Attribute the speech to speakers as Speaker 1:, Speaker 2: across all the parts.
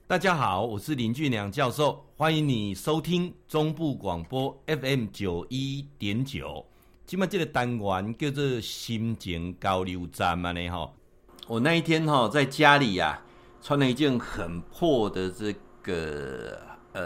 Speaker 1: 大家好，我是林俊良教授，欢迎你收听中部广播 FM91.9。今麦这个单元叫做心情交流站嘛呢哈。我那一天在家里穿了一件很破的这个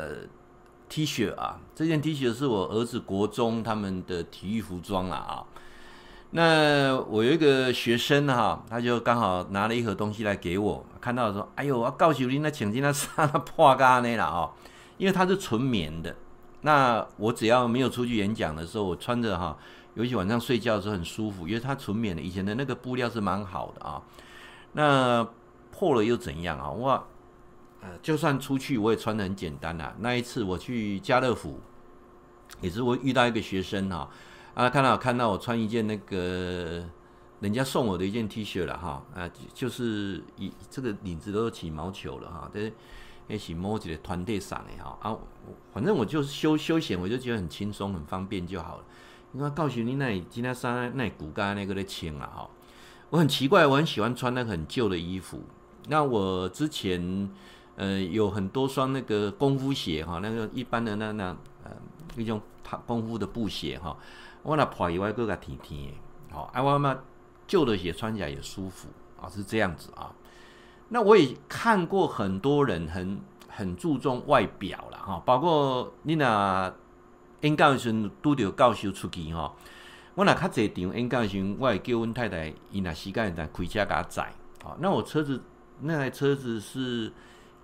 Speaker 1: T 恤啊，这件 T 恤是我儿子国中他们的体育服装啊。那我有一个学生他就刚好拿了一盒东西来给我，看到说，哎呦，我告诉你那请进那衫破干呢啦因为它是纯棉的。那我只要没有出去演讲的时候，我穿着尤其晚上睡觉的时候很舒服，因为它纯棉的，以前的那个布料是蛮好的那破了又怎样我就算出去我也穿得很简单那一次我去家乐福，也是我遇到一个学生看到我穿一件那个人家送我的一件 T 恤了就是这个领子都起毛球了这是某一个团队上的反正我就是休闲，我就觉得很轻松很方便就好了。因为告诉你那今天衫那骨干那个在清我很奇怪，我很喜欢穿那个很旧的衣服。那我之前有很多双那个功夫鞋那个一般的一种功夫的布鞋我那破以外各个甜甜的我嘛旧的鞋穿起来也舒服是这样子那我也看过很多人很注重外表啦包括你那演讲的时候拄到教授出去我若较济场演讲的时候，我会叫阮太太，伊若时间会开车给我载那我那台车子是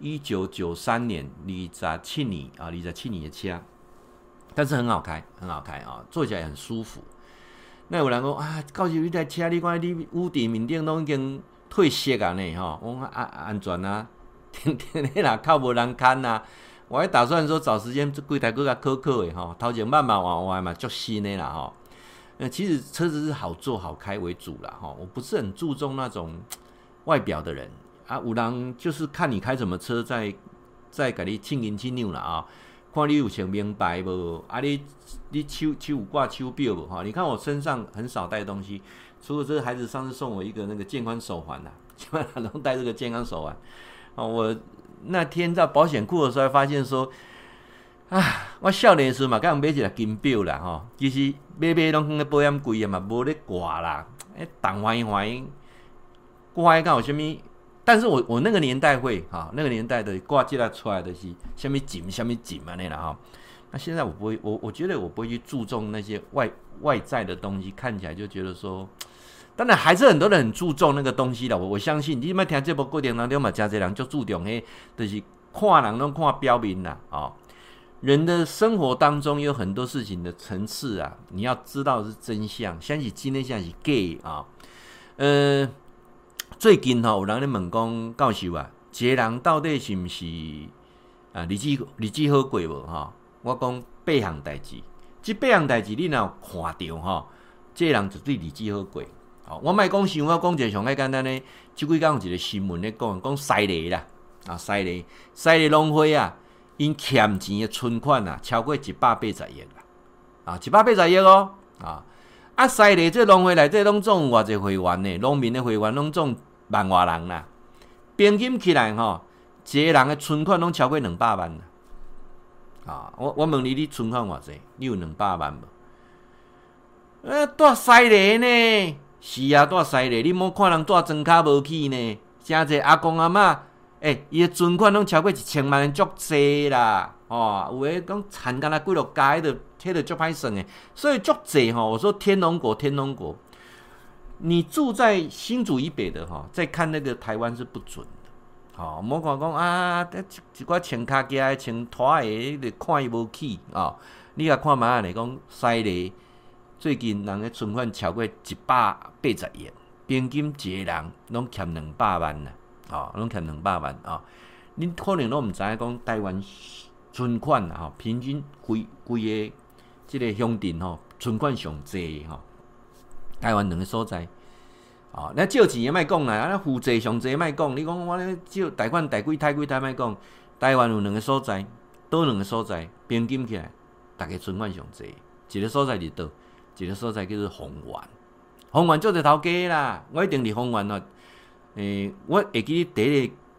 Speaker 1: 1993年27年27年的车，但是很好开坐起来很舒服。那有人讲教授你台车你看你屋顶面顶都已经褪色呢我说安全天天那靠无人看我还打算说找时间柜台给他考的头前慢慢换嘛足新的啦其实车子是好坐好开为主啦我不是很注重那种外表的人有人就是看你开什么车再给你称斤称两啦看你有穿名牌无你手有挂手表无你看我身上很少带东西，除了这个孩子上次送我一个那个健康手环基本上都带这个健康手环我那天在保险库的时候发现说我少年时嘛，敢买一个金表啦其实买拢保险柜嘛，无咧挂啦，动欢挂敢有啥物？但是我那个年代会那个年代的挂这个出来的是啥物锦安尼啦那现在我不会，我觉得我不会去注重那些外在的东西，看起来就觉得说。当然还是很多人很注重那个东西啦，我相信你们听这部过程当中嘛，真侪人就注重就是看人拢看表面啦人的生活当中有很多事情的层次你要知道的是真相，像是真的像是假最近有人在问讲教授一个人到底是不是日子好过无我讲8项代志，这8项代志你若看到这个人绝对日子好过我莫讲想我讲一个上简单的，这几天有一个新闻咧讲西丽啦西丽农会因欠钱的存款超过180亿啦180亿西丽这农会内底拢总有偌济会员呢，农民的会员拢总万外人啦，平均起来一个人的存款拢超过200万啦我问你存款偌济？你有200万无？住西丽呢？是住西丽，你莫看人住庄脚无起呢，真侪阿公阿嬷，伊的存款拢超过1000万，足济啦，有诶讲田敢若几落家，迄就足歹算诶，所以足济我说天龙国，你住在新竹以北的再看那个台湾是不准的，莫看讲一寡穿卡夹的、穿拖的，就看伊无起你甲看嘛来讲西丽。最近人的存款超过180亿，平均一个人拢欠200万啦，拢欠200万你可能拢唔知影讲台湾存款平均规个这个乡镇存款上济台湾两个所在那借钱也莫讲啦，负债上济莫讲，你讲我咧借贷款贷几贷莫讲，台湾有2个所在，倒2个所在平均起来，大家存款上济，一个所在是倒。一个所在叫做丰原，丰原做者头家啦，我一定伫丰原我会记第一个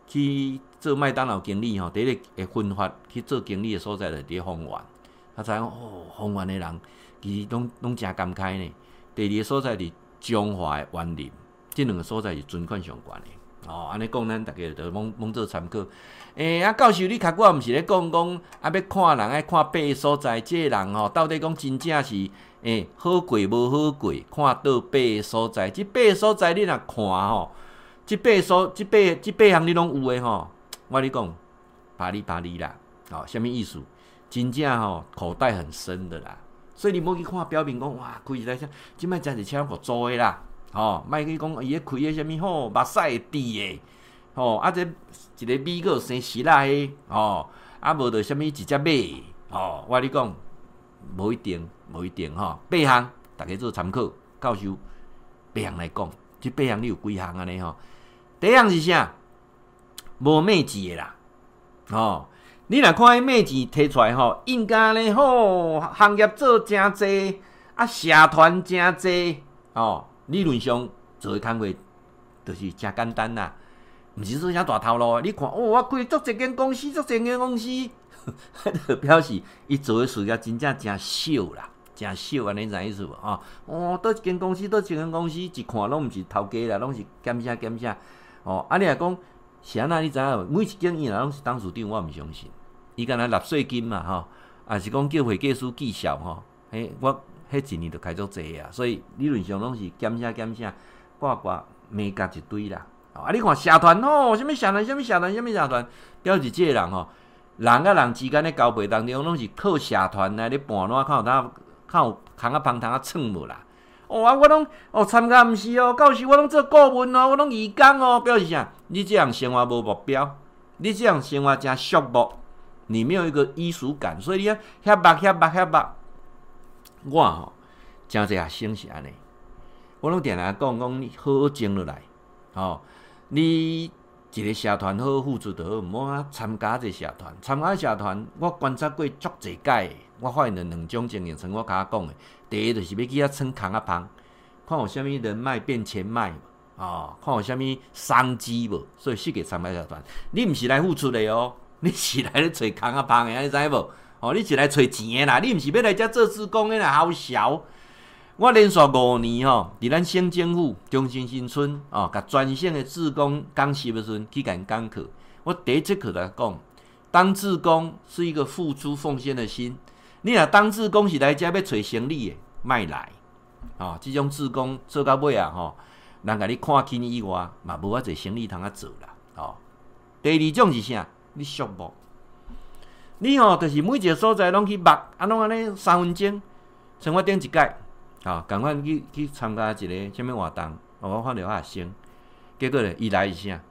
Speaker 2: 去做麦当劳经理吼，第一个会分发去做经理的所在就伫丰原，他知影哦，丰原的人其实拢真感慨呢。第二个所在伫中华的园林，这两个所在是存款上悬的。哦，安尼讲，咱大家就罔做参考。教授，你较久毋是咧讲要看人爱看八个所在，这个人吼，到底讲真正是好过无好过，看到八个所在，这八个所在你若看吼，这八项你拢有诶吼，我你讲，巴黎啦，哦，什么意思？真正吼口袋很深的啦，所以你莫去看表面讲哇，开一台车，即摆真是车互租诶啦。哦，莫去讲伊咧开个啥物吼，目屎会滴诶，吼这一个米个生石啦迄，吼无就啥物一只马，吼我你讲无一定吼，八项大家做参考，教授八项来讲，这八项你有几项安尼吼？第一项是啥？无面子诶啦，吼你若看迄面子摕出来吼，应该咧吼行业做诚济，社团诚济，吼。理论上做的工作就是真简单啦，毋是说啥大头路。你看，我开足一间公司，就表示伊做的事业真正真少啦，真少安尼知意思无？倒一间公司，一看拢毋是头家啦，拢是减啥。你若讲是安那，你知影每一间伊若拢是董事长，我毋相信。伊敢若纳税金嘛，也是讲叫会计师绩效我。迄一年就开足济啊，所以理论上拢是减啥，挂美甲一堆啦。你看社团什么社团，表示这个人人甲人之间的交配当中，拢是靠社团来咧盘烂，较有空啊芳通蹭无啦。我拢参加毋是教授我拢做顾问我拢义工表示啥？你这样生活无目标，你这样生活真寂寞，你没有一个依属感，所以你遐目。我真侪学生是安尼，我拢定定讲你好好静落来，你一个社团好好付出就好，毋好参加一个社团。参加社团，我观察过足侪届，我发现了两种情形，像我甲讲的，第一就是要去遐蹭空芳，看有啥物人脉变钱脉看有啥物商机无，所以适合参加社团。你毋是来付出的你是来咧找空芳的，你知无？你是来找钱的啦，你毋是要来遮做志工的啦，好笑。我连续5年伫咱省政府中心新村甲专省的志工讲习的时阵去甲因讲课。我第一节课来讲，当志工是一个付出奉献的心。你若当志工是来遮要找生理的，莫来。这种志工做到尾人甲你看轻以外，嘛无遐侪生理通做啦。第二种是啥？你寂寞。你就是每一个所在拢去目，拢安尼3分钟。像我顶一届，共款去参加一个什么活动，我看到学生，结果咧，伊来是啥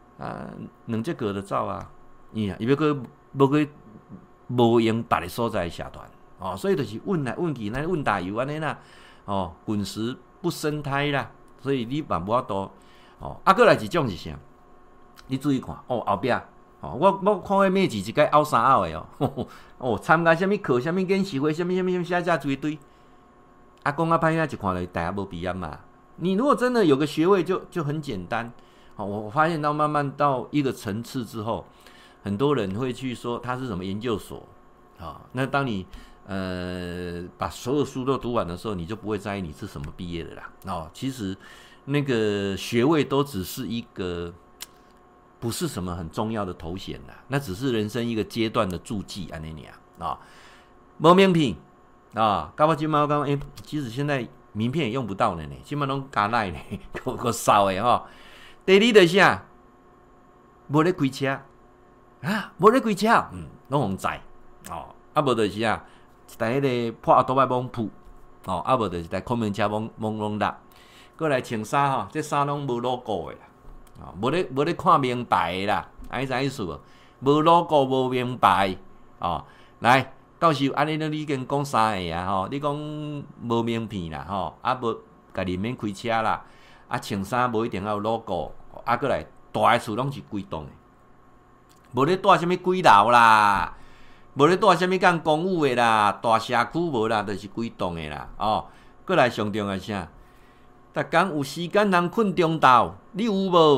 Speaker 2: ？2节课就走啊！伊要去无用别个所在的社团，所以就是问来问去，那问大油安尼啦，滚石不生胎啦，所以你嘛无法度，过来一种是啥？你注意看，后壁。我看迄面子一届拗三拗的参加什么课、什么研习会、什么写一堆，讲歹听一看来大家无毕业嘛。你如果真的有个学位就很简单。我发现到慢慢到一个层次之后，很多人会去说他是什么研究所那当你把所有书都读完的时候，你就不会在意你是什么毕业的啦。其实那个学位都只是一个。不是什么很重要的头衔啦，那只是人生一个阶段的注记安尼尔无名片到我今嘛讲其实现在名片也用不到了呢，今嘛拢加赖呢，够骚的第二就是啥，无咧开车无咧开车，拢互载无就是啥，一台迄个破奥多麦蒙铺无就是一台空面车蒙搭，过来穿衫这衫拢无 logo 的啦。无咧看名牌的啦，安尼啥意思无？无 logo 无名牌来，教授安尼你已经讲3个啊你讲无名片啦无家己免开车啦，穿衫无一定要有 logo，过来大个厝拢是规栋的，无咧住啥物几楼啦，无咧住啥物干公寓的啦，大社区无啦，就是规栋的啦过来上重要啥？逐工有时间通困中昼，你有无？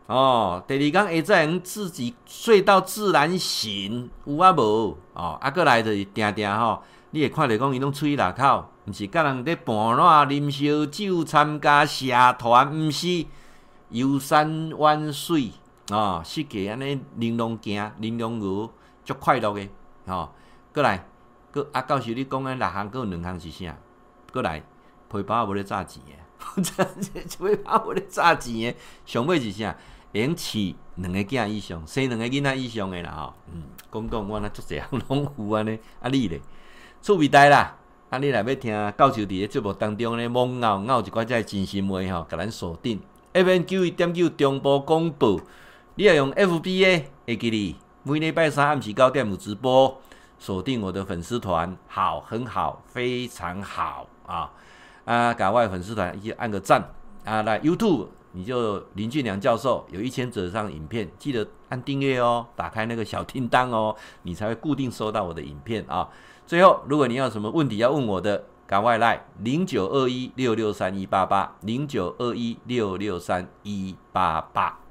Speaker 2: 哦，第二天下早自己睡到自然醒，有啊无？哦，过来就是定定吼，你会看到讲伊拢喙内口，毋是甲人咧盘烂啉烧酒参加社团，毋是游山玩水四界安尼玲珑行，玲珑鹅，足快乐诶。过来，教授你讲诶6项，佫有2项是啥？过来，皮包无咧炸钱诶，皮包无咧炸钱诶，上尾是啥？会饲2个囝以上，生2个囡仔以上诶啦讲我若足侪人拢有安尼，你咧趣味代啦，你若要听教授伫咧节目当中咧猛拗一寡遮真心话甲咱锁定 FM91.9 中部广播，你要用 FB 诶，会记哩，每礼拜3暗时9点有直播，锁定我的粉丝团，好，很好，非常好甲我的粉丝团去按个赞来 YouTube。你就林俊良教授有1000则以上影片，记得按订阅哦，打开那个小叮当哦，你才会固定收到我的影片最后，如果你有什么问题要问我的，赶快来0921663188，0921663188。